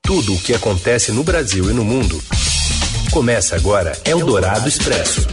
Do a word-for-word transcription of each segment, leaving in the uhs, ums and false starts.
Tudo o que acontece no Brasil e no mundo. Começa agora Eldorado Expresso.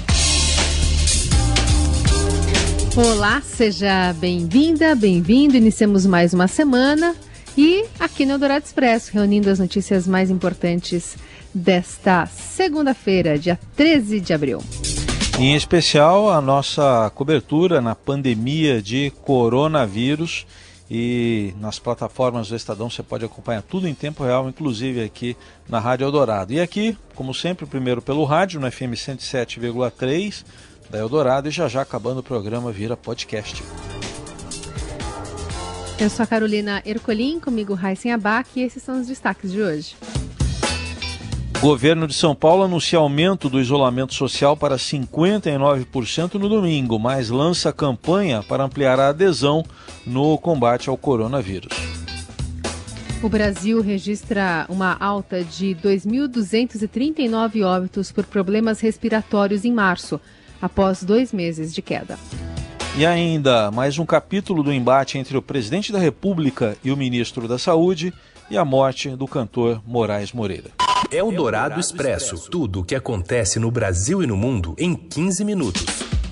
Olá, seja bem-vinda, bem-vindo. Iniciamos mais uma semana e aqui no Eldorado Expresso, reunindo as notícias mais importantes desta segunda-feira, dia treze de abril. Em especial, a nossa cobertura na pandemia de coronavírus. E nas plataformas do Estadão você pode acompanhar tudo em tempo real, inclusive aqui na Rádio Eldorado. E aqui, como sempre, primeiro pelo rádio, no F M cento e sete vírgula três da Eldorado, e já já acabando o programa vira podcast. Eu sou a Carolina Ercolim, comigo Raíssen Abac, e esses são os destaques de hoje. O governo de São Paulo anuncia aumento do isolamento social para cinquenta e nove por cento no domingo, mas lança campanha para ampliar a adesão no combate ao coronavírus. O Brasil registra uma alta de dois mil duzentos e trinta e nove óbitos por problemas respiratórios em março, após dois meses de queda. E ainda mais um capítulo do embate entre o presidente da República e o ministro da Saúde e a morte do cantor Moraes Moreira. Eldorado Expresso. Tudo o que acontece no Brasil e no mundo em quinze minutos.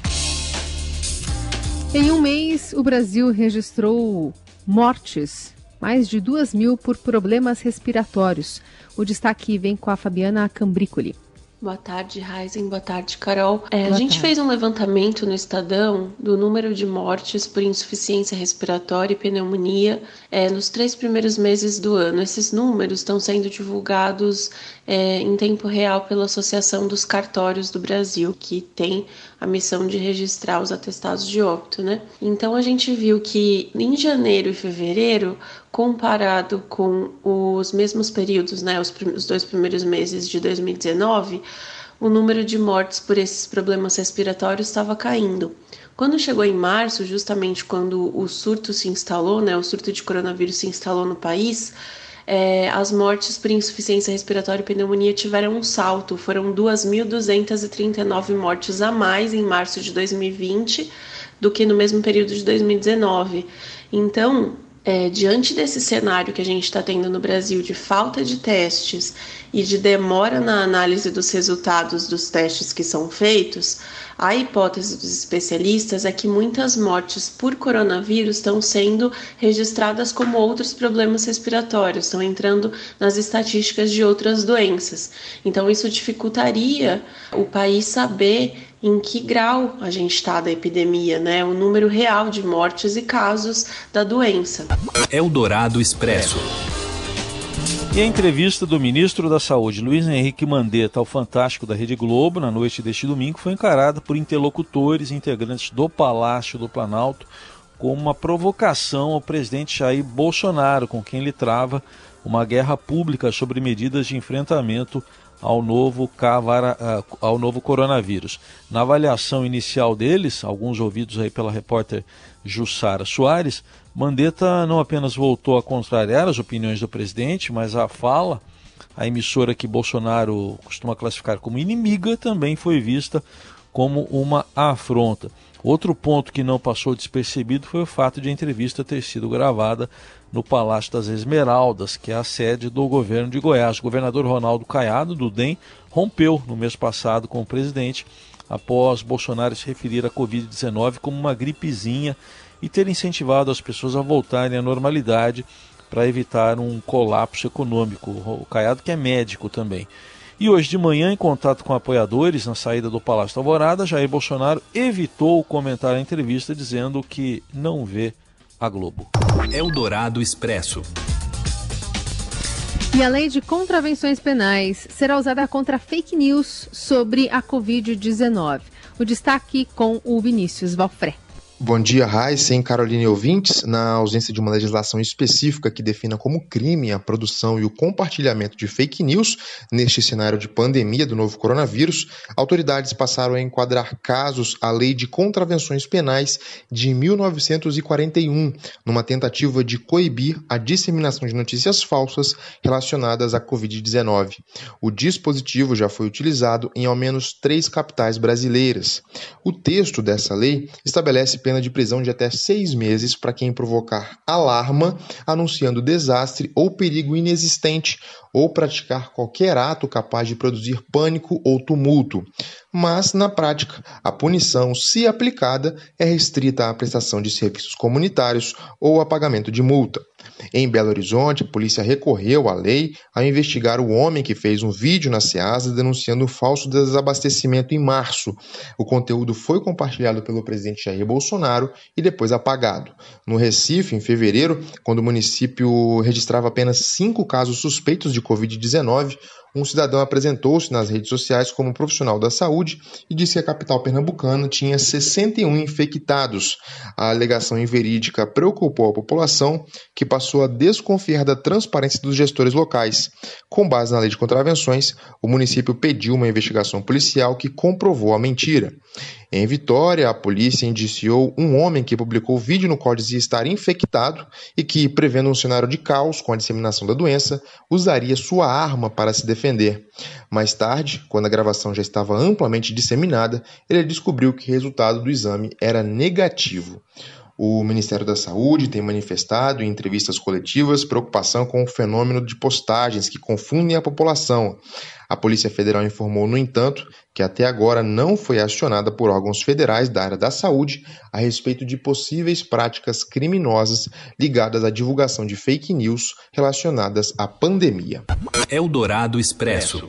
Em um mês, o Brasil registrou mortes, mais de duas mil por problemas respiratórios. O destaque vem com a Fabiana Cambricoli. Boa tarde, Raíssen. Boa tarde, Carol. É, Boa a gente tarde. fez um levantamento no Estadão do número de mortes por insuficiência respiratória e pneumonia é, nos três primeiros meses do ano. Esses números estão sendo divulgados é, em tempo real pela Associação dos Cartórios do Brasil, que tem a missão de registrar os atestados de óbito, né? Então a gente viu que em janeiro e fevereiro, comparado com os mesmos períodos, né, os, os dois primeiros meses de dois mil e dezenove, o número de mortes por esses problemas respiratórios estava caindo. Quando chegou em março, justamente quando o surto se instalou, né, o surto de coronavírus se instalou no país, é, as mortes por insuficiência respiratória e pneumonia tiveram um salto. Foram duas mil duzentas e trinta e nove mortes a mais em março de dois mil e vinte do que no mesmo período de dois mil e dezenove. Então, É, diante desse cenário que a gente está tendo no Brasil de falta de testes e de demora na análise dos resultados dos testes que são feitos, a hipótese dos especialistas é que muitas mortes por coronavírus estão sendo registradas como outros problemas respiratórios, estão entrando nas estatísticas de outras doenças. Então isso dificultaria o país saber em que grau a gente está da epidemia, né? O número real de mortes e casos da doença. Eldorado Expresso. E a entrevista do ministro da Saúde, Luiz Henrique Mandetta, ao Fantástico da Rede Globo, na noite deste domingo, foi encarada por interlocutores e integrantes do Palácio do Planalto como uma provocação ao presidente Jair Bolsonaro, com quem ele trava uma guerra pública sobre medidas de enfrentamento ao novo, cavara, ao novo coronavírus. Na avaliação inicial deles, alguns ouvidos aí pela repórter Jussara Soares, Mandetta não apenas voltou a contrariar as opiniões do presidente, mas a fala, a emissora que Bolsonaro costuma classificar como inimiga, também foi vista como uma afronta. Outro ponto que não passou despercebido foi o fato de a entrevista ter sido gravada no Palácio das Esmeraldas, que é a sede do governo de Goiás. O governador Ronaldo Caiado, do D E M, rompeu no mês passado com o presidente após Bolsonaro se referir à covid dezenove como uma gripezinha e ter incentivado as pessoas a voltarem à normalidade para evitar um colapso econômico. O Caiado, que é médico também. E hoje de manhã, em contato com apoiadores na saída do Palácio da Alvorada, Jair Bolsonaro evitou comentar a entrevista, dizendo que não vê a Globo. Eldorado Expresso. E a lei de contravenções penais será usada contra fake news sobre a covid dezenove. O destaque com o Vinícius Valfré. Bom dia, Raíssen, Carolina e ouvintes. Na ausência de uma legislação específica que defina como crime a produção e o compartilhamento de fake news neste cenário de pandemia do novo coronavírus, autoridades passaram a enquadrar casos à Lei de Contravenções Penais de mil novecentos e quarenta e um, numa tentativa de coibir a disseminação de notícias falsas relacionadas à covid dezenove. O dispositivo já foi utilizado em ao menos três capitais brasileiras. O texto dessa lei estabelece penas pena de prisão de até seis meses para quem provocar alarma, anunciando desastre ou perigo inexistente, ou praticar qualquer ato capaz de produzir pânico ou tumulto. Mas, na prática, a punição, se aplicada, é restrita à prestação de serviços comunitários ou a pagamento de multa. Em Belo Horizonte, a polícia recorreu à lei ao investigar o homem que fez um vídeo na Ceasa denunciando um falso desabastecimento em março. O conteúdo foi compartilhado pelo presidente Jair Bolsonaro e depois apagado. No Recife, em fevereiro, quando o município registrava apenas cinco casos suspeitos de covid dezenove, um cidadão apresentou-se nas redes sociais como profissional da saúde e disse que a capital pernambucana tinha sessenta e um infectados. A alegação inverídica preocupou a população, que passou a desconfiar da transparência dos gestores locais. Com base na lei de contravenções, o município pediu uma investigação policial que comprovou a mentira. Em Vitória, a polícia indiciou um homem que publicou vídeo no qual dizia estar infectado e que, prevendo um cenário de caos com a disseminação da doença, usaria sua arma para se defender. Mais tarde, quando a gravação já estava amplamente disseminada, ele descobriu que o resultado do exame era negativo. O Ministério da Saúde tem manifestado em entrevistas coletivas preocupação com o fenômeno de postagens que confundem a população. A Polícia Federal informou, no entanto, que até agora não foi acionada por órgãos federais da área da saúde a respeito de possíveis práticas criminosas ligadas à divulgação de fake news relacionadas à pandemia. Eldorado Expresso.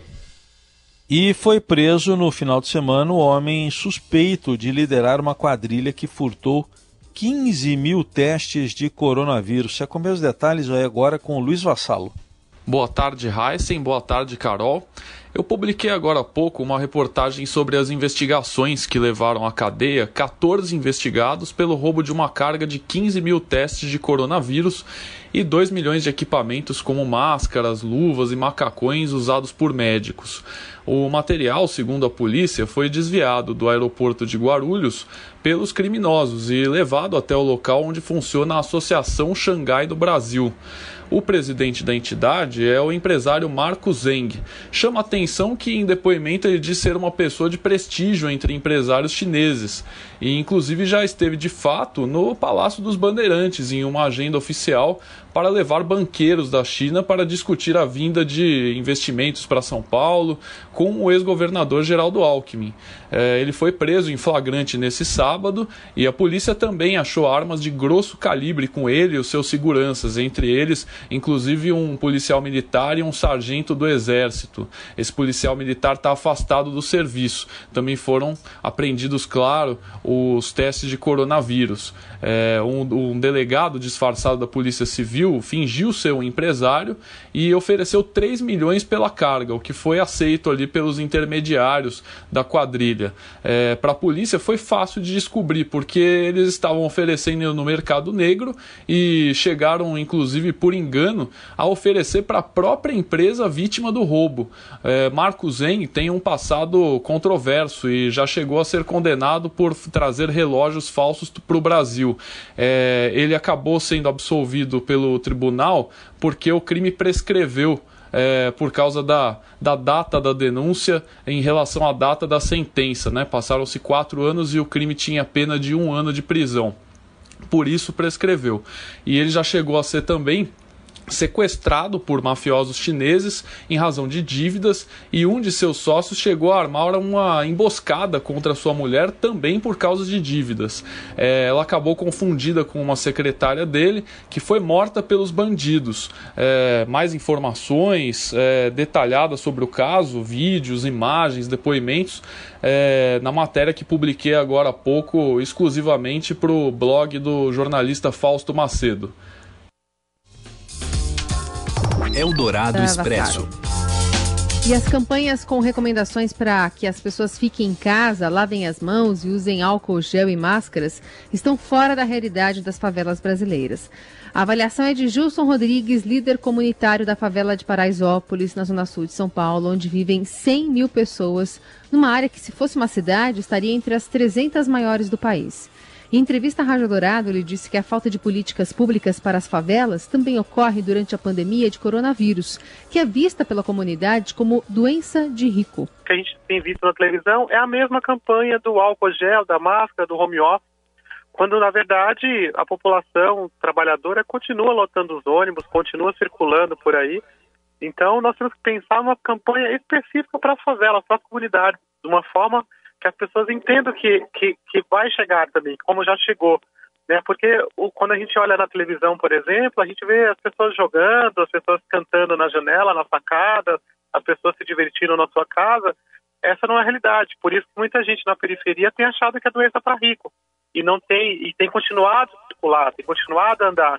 E foi preso no final de semana o homem suspeito de liderar uma quadrilha que furtou quinze mil testes de coronavírus. Você acompanha os detalhes aí agora com o Luiz Vassalo. Boa tarde, Heisen. Boa tarde, Carol. Eu publiquei agora há pouco uma reportagem sobre as investigações que levaram à cadeia quatorze investigados pelo roubo de uma carga de quinze mil testes de coronavírus e dois milhões de equipamentos como máscaras, luvas e macacões usados por médicos. O material, segundo a polícia, foi desviado do aeroporto de Guarulhos pelos criminosos e levado até o local onde funciona a Associação Xangai do Brasil. O presidente da entidade é o empresário Marco Zeng. Chama a atenção que, em depoimento, ele diz ser uma pessoa de prestígio entre empresários chineses e, inclusive, já esteve de fato no Palácio dos Bandeirantes em uma agenda oficial para levar banqueiros da China para discutir a vinda de investimentos para São Paulo com o ex-governador Geraldo Alckmin. É, ele foi preso em flagrante nesse sábado e a polícia também achou armas de grosso calibre com ele e os seus seguranças, entre eles, inclusive, um policial militar e um sargento do Exército. Esse policial militar está afastado do serviço. Também foram apreendidos, claro, os testes de coronavírus. É, um, um delegado disfarçado da Polícia Civil fingiu ser um empresário e ofereceu três milhões pela carga, o que foi aceito ali pelos intermediários da quadrilha. É, para a polícia foi fácil de descobrir, porque eles estavam oferecendo no mercado negro e chegaram, inclusive, por engano, a oferecer para a própria empresa vítima do roubo. É, Marco Zeng tem um passado controverso e já chegou a ser condenado por trazer relógios falsos para o Brasil. É, ele acabou sendo absolvido pelo tribunal porque o crime prescreveu é, por causa da, da data da denúncia em relação à data da sentença, né? Passaram-se quatro anos e o crime tinha pena de um ano de prisão. Por isso prescreveu. E ele já chegou a ser também sequestrado por mafiosos chineses em razão de dívidas, e um de seus sócios chegou a armar uma emboscada contra sua mulher também por causa de dívidas. É, ela acabou confundida com uma secretária dele, que foi morta pelos bandidos. É, mais informações é, detalhadas sobre o caso, vídeos, imagens, depoimentos, é, na matéria que publiquei agora há pouco exclusivamente para o blog do jornalista Fausto Macedo. Eldorado Expresso. E as campanhas com recomendações para que as pessoas fiquem em casa, lavem as mãos e usem álcool gel e máscaras estão fora da realidade das favelas brasileiras. A avaliação é de Gilson Rodrigues, líder comunitário da favela de Paraisópolis, na zona sul de São Paulo, onde vivem cem mil pessoas, numa área que, se fosse uma cidade, estaria entre as trezentas maiores do país. Em entrevista à Rádio Dourado, ele disse que a falta de políticas públicas para as favelas também ocorre durante a pandemia de coronavírus, que é vista pela comunidade como doença de rico. O que a gente tem visto na televisão é a mesma campanha do álcool gel, da máscara, do home office, quando na verdade a população trabalhadora continua lotando os ônibus, continua circulando por aí. Então nós temos que pensar uma campanha específica para as favelas, para as comunidades, de uma forma que as pessoas entendam que, que, que vai chegar também, como já chegou. Né? Porque o, quando a gente olha na televisão, por exemplo, a gente vê as pessoas jogando, as pessoas cantando na janela, na sacada, as pessoas se divertindo na sua casa. Essa não é a realidade. Por isso que muita gente na periferia tem achado que é doença para rico. E não tem, e tem continuado a circular, tem continuado a andar.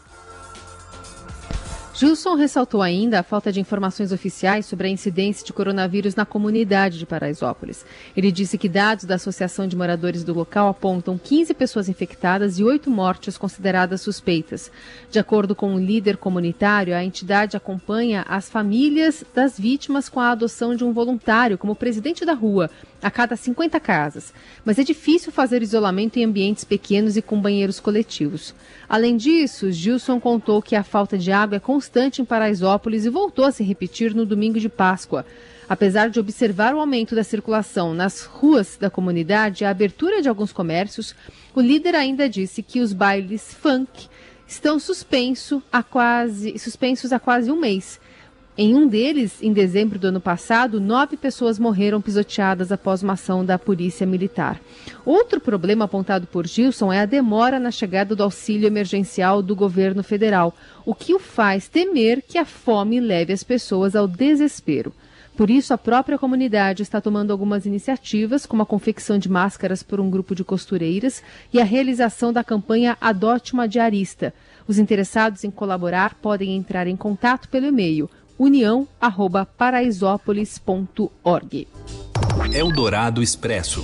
Gilson ressaltou ainda a falta de informações oficiais sobre a incidência de coronavírus na comunidade de Paraisópolis. Ele disse que dados da Associação de Moradores do local apontam quinze pessoas infectadas e oito mortes consideradas suspeitas. De acordo com o líder comunitário, a entidade acompanha as famílias das vítimas com a adoção de um voluntário como presidente da rua, a cada cinquenta casas. Mas é difícil fazer isolamento em ambientes pequenos e com banheiros coletivos. Além disso, Gilson contou que a falta de água é constante em Paraisópolis e voltou a se repetir no domingo de Páscoa. Apesar de observar o aumento da circulação nas ruas da comunidade e a abertura de alguns comércios, o líder ainda disse que os bailes funk estão suspenso há quase, suspensos há quase um mês. Em um deles, em dezembro do ano passado, nove pessoas morreram pisoteadas após uma ação da polícia militar. Outro problema apontado por Gilson é a demora na chegada do auxílio emergencial do governo federal, o que o faz temer que a fome leve as pessoas ao desespero. Por isso, a própria comunidade está tomando algumas iniciativas, como a confecção de máscaras por um grupo de costureiras e a realização da campanha Adote uma Diarista. Os interessados em colaborar podem entrar em contato pelo e-mail união arroba paraisópolis ponto org. Eldorado Expresso.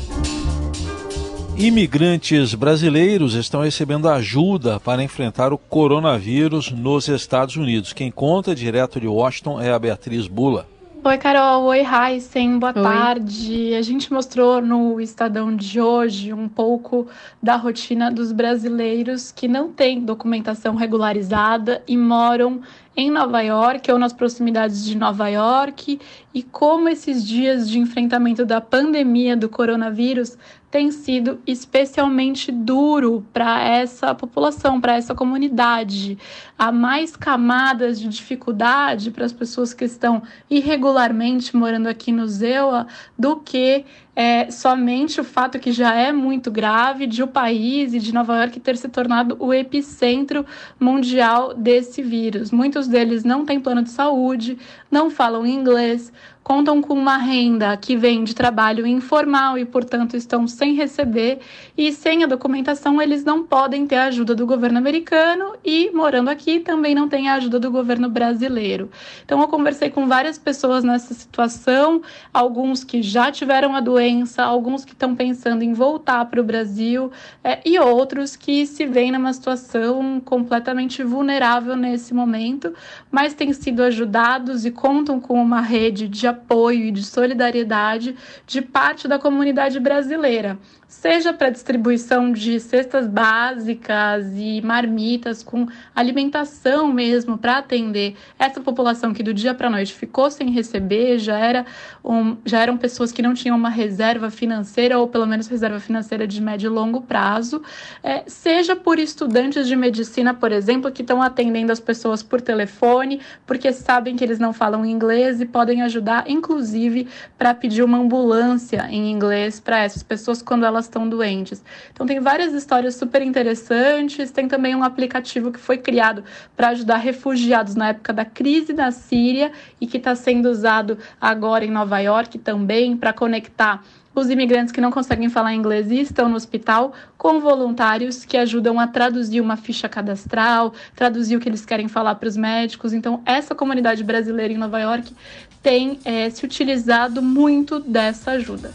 Imigrantes brasileiros estão recebendo ajuda para enfrentar o coronavírus nos Estados Unidos. Quem conta direto de Washington é a Beatriz Bula. Oi, Carol. Oi, Heisen. Boa Oi. tarde. A gente mostrou no Estadão de hoje um pouco da rotina dos brasileiros que não têm documentação regularizada e moram em Nova York ou nas proximidades de Nova York e como esses dias de enfrentamento da pandemia do coronavírus tem sido especialmente duro para essa população, para essa comunidade. Há mais camadas de dificuldade para as pessoas que estão irregularmente morando aqui no ZEUA do que é, somente o fato que já é muito grave de o país e de Nova York ter se tornado o epicentro mundial desse vírus. Muitos deles não têm plano de saúde, não falam inglês, contam com uma renda que vem de trabalho informal e, portanto, estão sem receber e sem a documentação eles não podem ter a ajuda do governo americano e, morando aqui, também não têm a ajuda do governo brasileiro. Então, eu conversei com várias pessoas nessa situação, alguns que já tiveram a doença, alguns que estão pensando em voltar para o Brasil é, e outros que se veem numa situação completamente vulnerável nesse momento, mas têm sido ajudados e contam com uma rede de apoio e de solidariedade de parte da comunidade brasileira, seja para distribuição de cestas básicas e marmitas com alimentação mesmo para atender essa população que do dia para a noite ficou sem receber, já, era um, já eram pessoas que não tinham uma reserva financeira ou pelo menos reserva financeira de médio e longo prazo, é, seja por estudantes de medicina, por exemplo, que estão atendendo as pessoas por telefone, porque sabem que eles não falam inglês e podem ajudar, inclusive, para pedir uma ambulância em inglês para essas pessoas quando elas estão doentes. Então tem várias histórias super interessantes, tem também um aplicativo que foi criado para ajudar refugiados na época da crise na Síria e que está sendo usado agora em Nova York também para conectar os imigrantes que não conseguem falar inglês e estão no hospital com voluntários que ajudam a traduzir uma ficha cadastral, traduzir o que eles querem falar para os médicos. Então, essa comunidade brasileira em Nova York tem é, se utilizado muito dessa ajuda.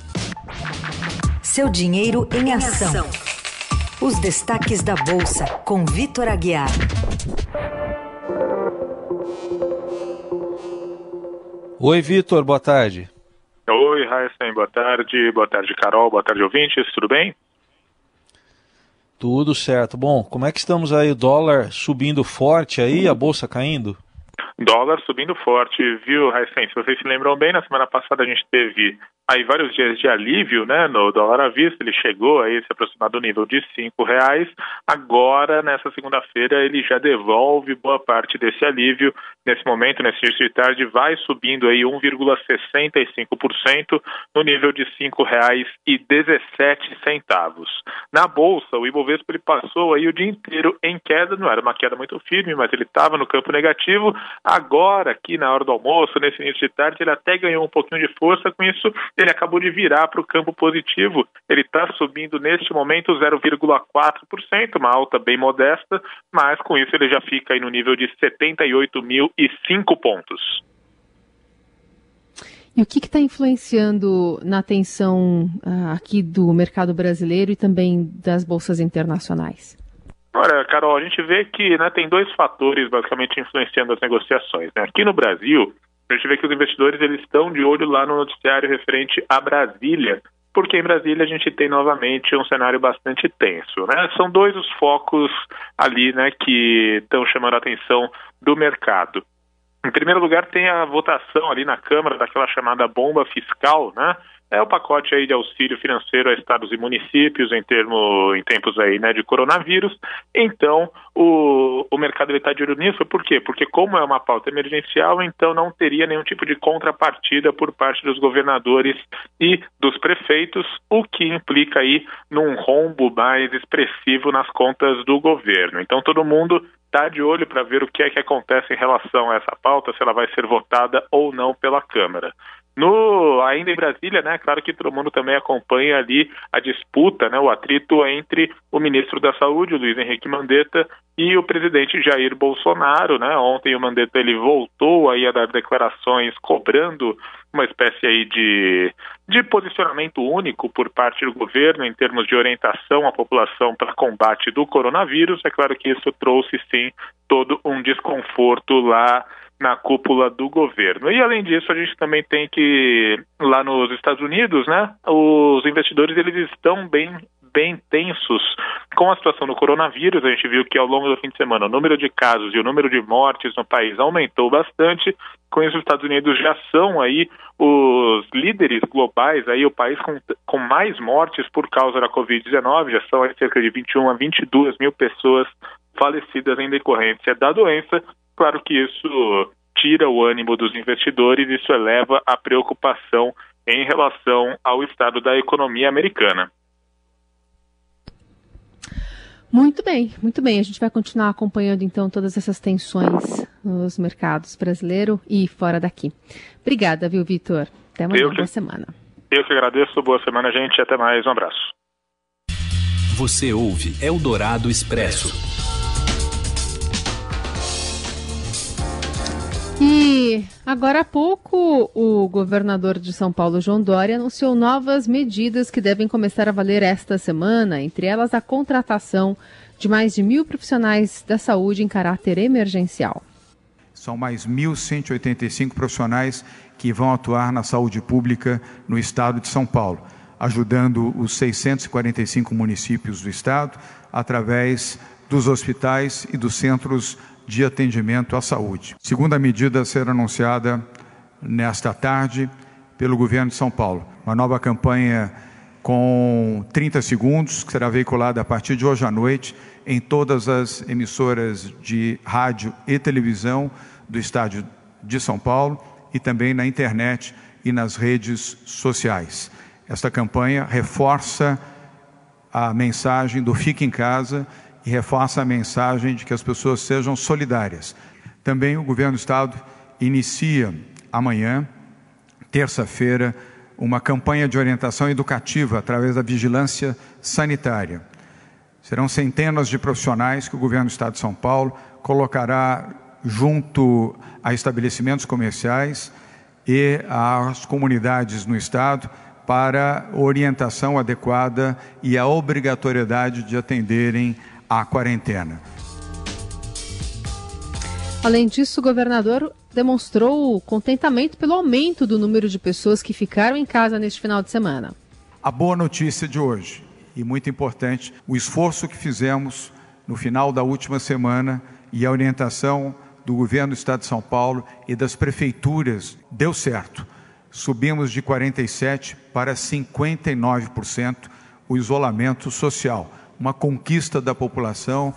Seu dinheiro em ação. Os destaques da Bolsa, com Vitor Aguiar. Oi, Vitor, boa tarde. Oi, Heisen, boa tarde. Boa tarde, Carol. Boa tarde, ouvintes. Tudo bem? Tudo certo. Bom, como é que estamos aí? O dólar subindo forte aí, a Bolsa caindo? Dólar subindo forte, viu, Raíssen? Se vocês se lembram bem, na semana passada a gente teve aí vários dias de alívio, né, no dólar à vista, ele chegou aí a se aproximar do nível de cinco reais, agora, nessa segunda-feira, ele já devolve boa parte desse alívio, nesse momento, nesse início de tarde, vai subindo aí um vírgula sessenta e cinco por cento no nível de cinco reais e dezessete centavos. Na Bolsa, o Ibovespa ele passou aí o dia inteiro em queda, não era uma queda muito firme, mas ele estava no campo negativo. Agora, aqui na hora do almoço, nesse início de tarde, ele até ganhou um pouquinho de força. Com isso, ele acabou de virar para o campo positivo. Ele está subindo neste momento zero vírgula quatro por cento, uma alta bem modesta, mas com isso ele já fica aí no nível de setenta e oito mil e cinco pontos. E o que está influenciando na atenção uh, aqui do mercado brasileiro e também das bolsas internacionais? Olha, Carol, a gente vê que, né, tem dois fatores basicamente influenciando as negociações, né? Aqui no Brasil, a gente vê que os investidores eles estão de olho lá no noticiário referente a Brasília, porque em Brasília a gente tem novamente um cenário bastante tenso, né? São dois os focos ali, né, que estão chamando a atenção do mercado. Em primeiro lugar, tem a votação ali na Câmara daquela chamada bomba fiscal, né? É o pacote aí de auxílio financeiro a estados e municípios em, termo, em tempos aí, né, de coronavírus. Então, o, o mercado está de olho nisso. Por quê? Porque como é uma pauta emergencial, então não teria nenhum tipo de contrapartida por parte dos governadores e dos prefeitos, o que implica aí num rombo mais expressivo nas contas do governo. Então, todo mundo está de olho para ver o que é que acontece em relação a essa pauta, se ela vai ser votada ou não pela Câmara. No, ainda em Brasília, né, claro que todo mundo também acompanha ali a disputa, né, o atrito entre o ministro da Saúde, o Luiz Henrique Mandetta, e o presidente Jair Bolsonaro, né. Ontem o Mandetta ele voltou aí a dar declarações cobrando uma espécie aí de, de posicionamento único por parte do governo em termos de orientação à população para combate do coronavírus. É claro que isso trouxe sim todo um desconforto lá na cúpula do governo. E além disso, a gente também tem que, lá nos Estados Unidos, né, os investidores eles estão bem, bem tensos com a situação do coronavírus. A gente viu que ao longo do fim de semana o número de casos e o número de mortes no país aumentou bastante. Com isso, os Estados Unidos já são aí os líderes globais, aí o país com, com mais mortes por causa da covid dezenove, já são aí cerca de vinte e um a vinte e duas mil pessoas falecidas em decorrência da doença. Claro que isso tira o ânimo dos investidores, isso eleva a preocupação em relação ao estado da economia americana. Muito bem, muito bem. A gente vai continuar acompanhando então todas essas tensões nos mercados brasileiro e fora daqui. Obrigada, viu, Vitor? Até amanhã, boa semana. Eu que agradeço, boa semana, gente, até mais, um abraço. Você ouve Eldorado Expresso. E agora há pouco o governador de São Paulo, João Dória, anunciou novas medidas que devem começar a valer esta semana, entre elas a contratação de mais de mil profissionais da saúde em caráter emergencial. São mais mil cento e oitenta e cinco profissionais que vão atuar na saúde pública no estado de São Paulo, ajudando os seiscentos e quarenta e cinco municípios do estado através dos hospitais e dos centros de atendimento à saúde. Segunda medida a ser anunciada nesta tarde pelo governo de São Paulo. Uma nova campanha com trinta segundos, que será veiculada a partir de hoje à noite em todas as emissoras de rádio e televisão do estado de São Paulo e também na internet e nas redes sociais. Esta campanha reforça a mensagem do Fique em Casa e reforça a mensagem de que as pessoas sejam solidárias. Também o governo do estado inicia amanhã, terça-feira, uma campanha de orientação educativa através da vigilância sanitária. Serão centenas de profissionais que o governo do estado de São Paulo colocará junto a estabelecimentos comerciais e às comunidades no estado para orientação adequada e a obrigatoriedade de atenderem à quarentena. Além disso, o governador demonstrou contentamento pelo aumento do número de pessoas que ficaram em casa neste final de semana. A boa notícia de hoje, e muito importante, o esforço que fizemos no final da última semana e a orientação do governo do Estado de São Paulo e das prefeituras deu certo. Subimos de quarenta e sete por cento para cinquenta e nove por cento o isolamento social, uma conquista da população.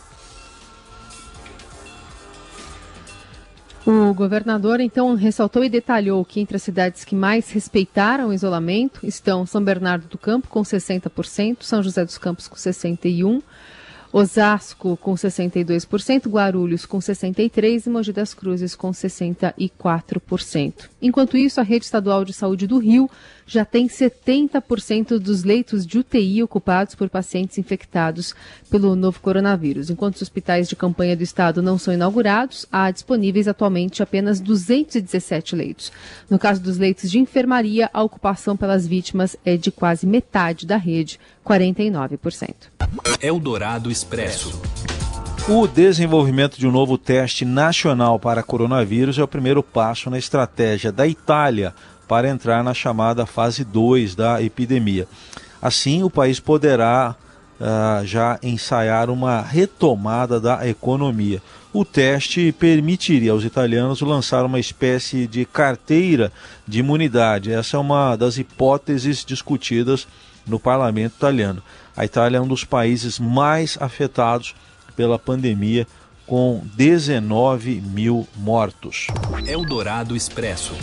O governador, então, ressaltou e detalhou que entre as cidades que mais respeitaram o isolamento estão São Bernardo do Campo, com sessenta por cento, São José dos Campos, com sessenta e um por cento, Osasco, com sessenta e dois por cento, Guarulhos, com sessenta e três por cento e Mogi das Cruzes, com sessenta e quatro por cento. Enquanto isso, a Rede Estadual de Saúde do Rio já tem setenta por cento dos leitos de U T I ocupados por pacientes infectados pelo novo coronavírus. Enquanto os hospitais de campanha do estado não são inaugurados, há disponíveis atualmente apenas duzentos e dezessete leitos. No caso dos leitos de enfermaria, a ocupação pelas vítimas é de quase metade da rede, quarenta e nove por cento. Eldorado Expresso. O desenvolvimento de um novo teste nacional para coronavírus é o primeiro passo na estratégia da Itália para entrar na chamada fase dois da epidemia. Assim, o país poderá uh, já ensaiar uma retomada da economia. O teste permitiria aos italianos lançar uma espécie de carteira de imunidade. Essa é uma das hipóteses discutidas no parlamento italiano. A Itália é um dos países mais afetados pela pandemia, com dezenove mil mortos. Eldorado Expresso.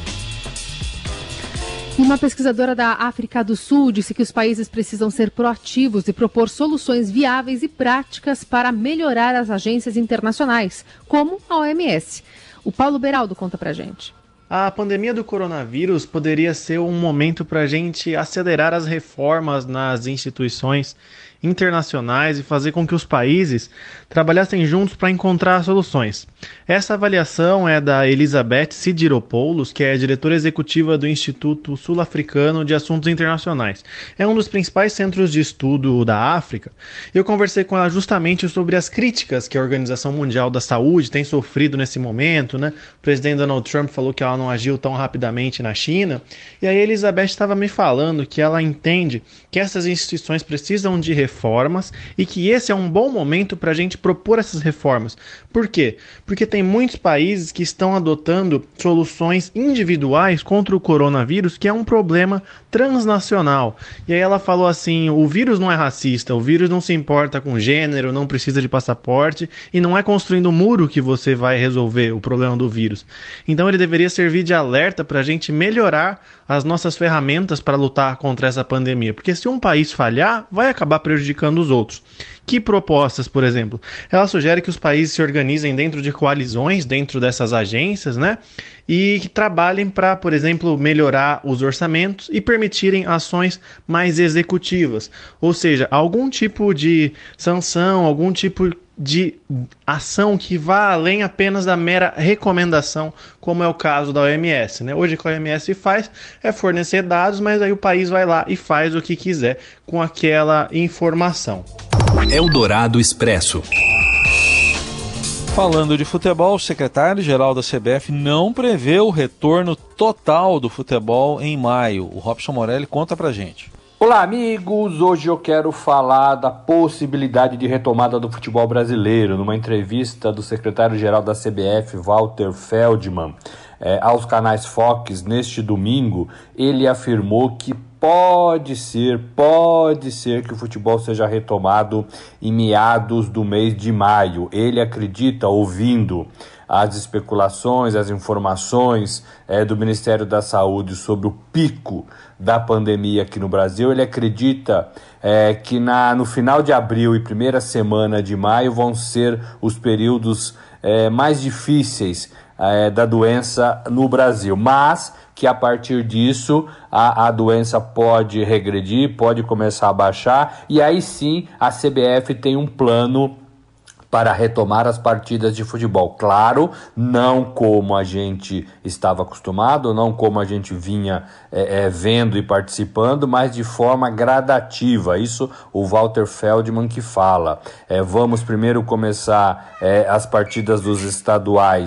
Uma pesquisadora da África do Sul disse que os países precisam ser proativos e propor soluções viáveis e práticas para melhorar as agências internacionais, como a O M S. O Paulo Beraldo conta pra gente. A pandemia do coronavírus poderia ser um momento para a gente acelerar as reformas nas instituições internacionais e fazer com que os países trabalhassem juntos para encontrar soluções. Essa avaliação é da Elizabeth Sidiropoulos, que é diretora executiva do Instituto Sul-Africano de Assuntos Internacionais. É um dos principais centros de estudo da África. Eu conversei com ela justamente sobre as críticas que a Organização Mundial da Saúde tem sofrido nesse momento, né? O presidente Donald Trump falou que ela não agiu tão rapidamente na China, e aí a Elizabeth estava me falando que ela entende que essas instituições precisam de reformas e que esse é um bom momento para a gente propor essas reformas. Por quê? Porque tem muitos países que estão adotando soluções individuais contra o coronavírus, que é um problema transnacional. E aí ela falou assim, o vírus não é racista, o vírus não se importa com gênero, não precisa de passaporte, e não é construindo um muro que você vai resolver o problema do vírus. Então ele deveria servir de alerta para a gente melhorar as nossas ferramentas para lutar contra essa pandemia, porque se um país falhar, vai acabar prejudicando os outros. Que propostas, por exemplo? Ela sugere que os países se organizem dentro de coalizões, dentro dessas agências, né? E que trabalhem para, por exemplo, melhorar os orçamentos e permitirem ações mais executivas. Ou seja, algum tipo de sanção, algum tipo de ação que vá além apenas da mera recomendação, como é o caso da O M S, né? Hoje o que a O M S faz é fornecer dados, mas aí o país vai lá e faz o que quiser com aquela informação. Eldorado Expresso. Falando de futebol, o secretário-geral da C B F não prevê o retorno total do futebol em maio. O Robson Morelli conta pra gente. Olá, amigos! Hoje eu quero falar da possibilidade de retomada do futebol brasileiro. Numa entrevista do secretário-geral da C B F, Walter Feldman, eh, aos canais Fox neste domingo, ele afirmou que pode ser, pode ser que o futebol seja retomado em meados do mês de maio. Ele acredita, ouvindo as especulações, as informações é, do Ministério da Saúde sobre o pico da pandemia aqui no Brasil, ele acredita é, que na, no final de abril e primeira semana de maio vão ser os períodos é, mais difíceis é, da doença no Brasil, mas que a partir disso a, a doença pode regredir, pode começar a baixar, e aí sim a C B F tem um plano para retomar as partidas de futebol. Claro, não como a gente estava acostumado, não como a gente vinha é, é, vendo e participando, mas de forma gradativa. Isso o Walter Feldman que fala. É, vamos primeiro começar é, as partidas dos estaduais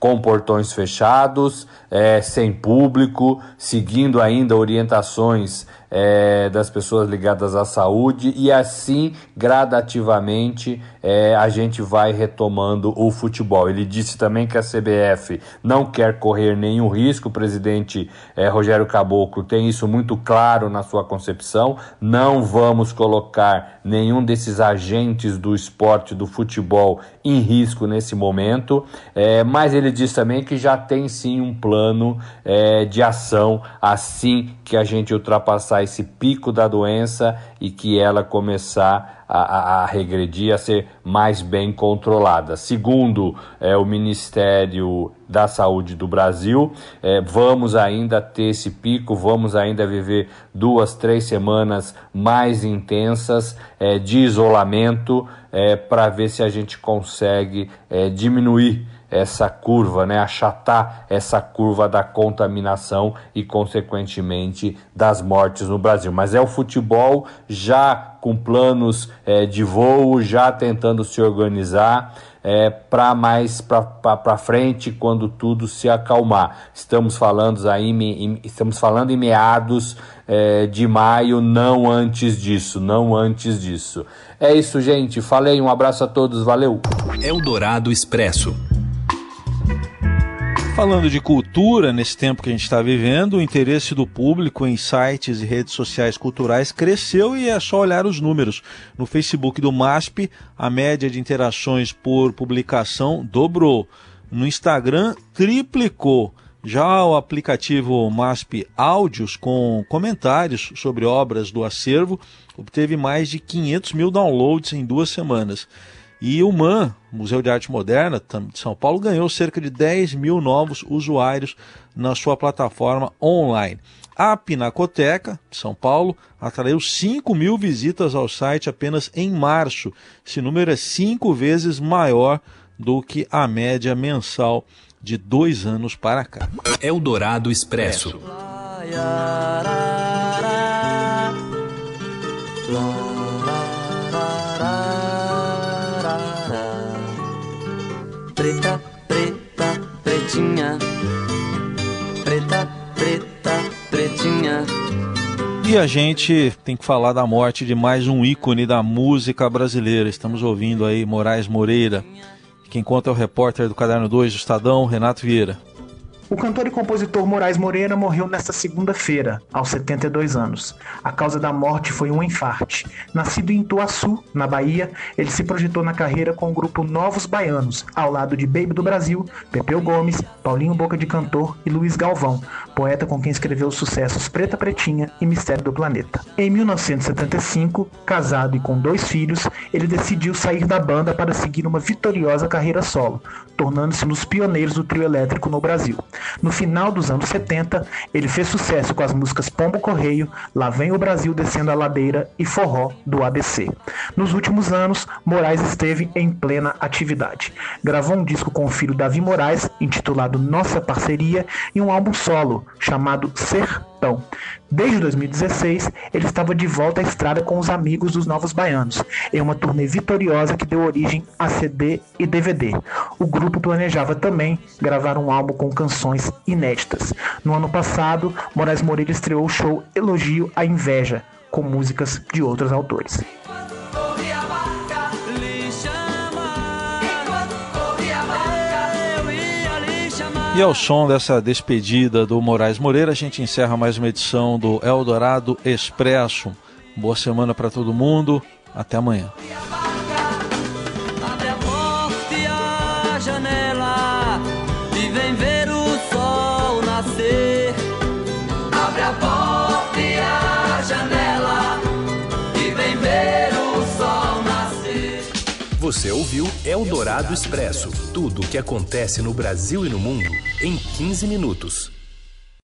com portões fechados, é, sem público, seguindo ainda orientações é, das pessoas ligadas à saúde, e assim, gradativamente, é, a gente vai retomando o futebol. Ele disse também que a C B F não quer correr nenhum risco. O presidente é, Rogério Caboclo tem isso muito claro na sua concepção. Não vamos colocar nenhum desses agentes do esporte, do futebol, em risco nesse momento, é, mas ele diz também que já tem sim um plano é, de ação assim que a gente ultrapassar esse pico da doença e que ela começar a, a, a regredir, a ser mais bem controlada. Segundo é, o Ministério da Saúde do Brasil, é, vamos ainda ter esse pico, vamos ainda viver duas, três semanas mais intensas é, de isolamento é, para ver se a gente consegue é, diminuir essa curva, né, achatar essa curva da contaminação e, consequentemente, das mortes no Brasil. Mas é o futebol já com planos é, de voo, já tentando se organizar é, para mais para frente, quando tudo se acalmar. Estamos falando aí, em, estamos falando em meados é, de maio, não antes disso, não antes disso. É isso, gente. Falei, um abraço a todos, valeu. Eldorado Expresso. Falando de cultura, nesse tempo que a gente está vivendo, o interesse do público em sites e redes sociais culturais cresceu, e é só olhar os números. No Facebook do MASP, a média de interações por publicação dobrou. No Instagram, triplicou. Já o aplicativo MASP Áudios, com comentários sobre obras do acervo, obteve mais de quinhentos mil downloads em duas semanas. E o M A N, Museu de Arte Moderna de São Paulo, ganhou cerca de dez mil novos usuários na sua plataforma online. A Pinacoteca de São Paulo atraiu cinco mil visitas ao site apenas em março. Esse número é cinco vezes maior do que a média mensal de dois anos para cá. Eldorado Expresso. Preta, preta, pretinha. Preta, preta, pretinha. E a gente tem que falar da morte de mais um ícone da música brasileira. Estamos ouvindo aí Moraes Moreira. Quem conta é o repórter do Caderno dois do Estadão, Renato Vieira. O cantor e compositor Moraes Moreira morreu nesta segunda-feira, aos setenta e dois anos. A causa da morte foi um infarte. Nascido em Ituaçu, na Bahia, ele se projetou na carreira com o grupo Novos Baianos, ao lado de Baby do Brasil, Pepeu Gomes, Paulinho Boca de Cantor e Luiz Galvão, poeta com quem escreveu os sucessos Preta Pretinha e Mistério do Planeta. Em mil novecentos e setenta e cinco, casado e com dois filhos, ele decidiu sair da banda para seguir uma vitoriosa carreira solo, tornando-se um dos pioneiros do trio elétrico no Brasil. No final dos anos setenta, ele fez sucesso com as músicas Pombo Correio, Lá Vem o Brasil Descendo a Ladeira e Forró do A B C. Nos últimos anos, Moraes esteve em plena atividade. Gravou um disco com o filho Davi Moraes, intitulado Nossa Parceria, e um álbum solo, chamado Sertão. Desde dois mil e dezesseis, ele estava de volta à estrada com os amigos dos Novos Baianos, em uma turnê vitoriosa que deu origem a C D e D V D. O grupo planejava também gravar um álbum com canções inéditas. No ano passado, Moraes Moreira estreou o show Elogio à Inveja, com músicas de outros autores. E ao som dessa despedida do Moraes Moreira, a gente encerra mais uma edição do Eldorado Expresso. Boa semana para todo mundo. Até amanhã. Abre a porta e a janela e vem ver o sol nascer. Abre a porta e a janela e vem ver o sol nascer. Você ouviu Eldorado Expresso. Tudo o que acontece no Brasil e no mundo em quinze minutos.